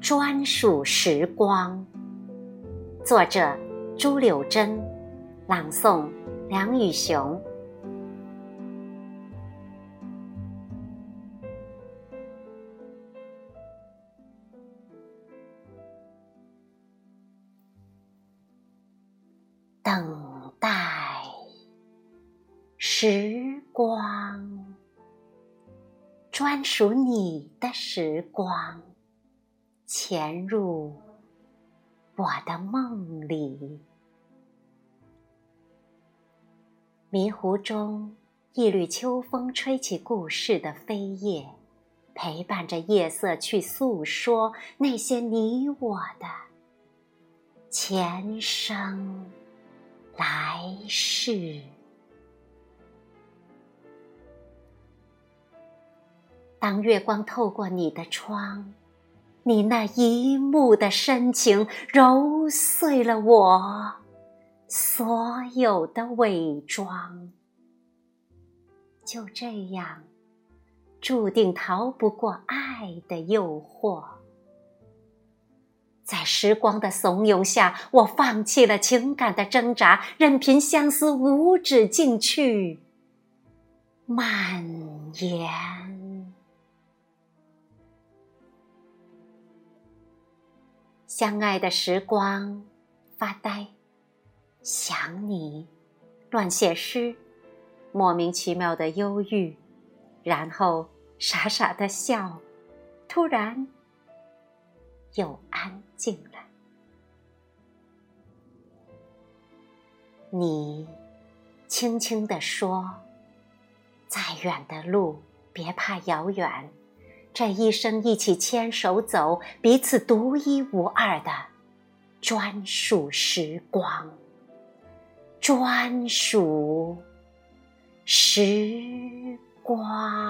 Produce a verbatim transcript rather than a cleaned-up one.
专属时光。作者朱柳珍，朗诵梁宇雄。等待时光，专属你的时光，潜入我的梦里。迷糊中，一缕秋风吹起故事的飞叶，陪伴着夜色去诉说那些你我的前生来世。当月光透过你的窗，你那一幕的深情揉碎了我所有的伪装。就这样，注定逃不过爱的诱惑。在时光的怂恿下，我放弃了情感的挣扎，任凭相思无止境去蔓延。相爱的时光，发呆，想你，乱写诗，莫名其妙的忧郁，然后傻傻的笑，突然又安静了。你轻轻地说，再远的路别怕遥远，这一生一起牵手走，彼此独一无二的专属时光，专属时光。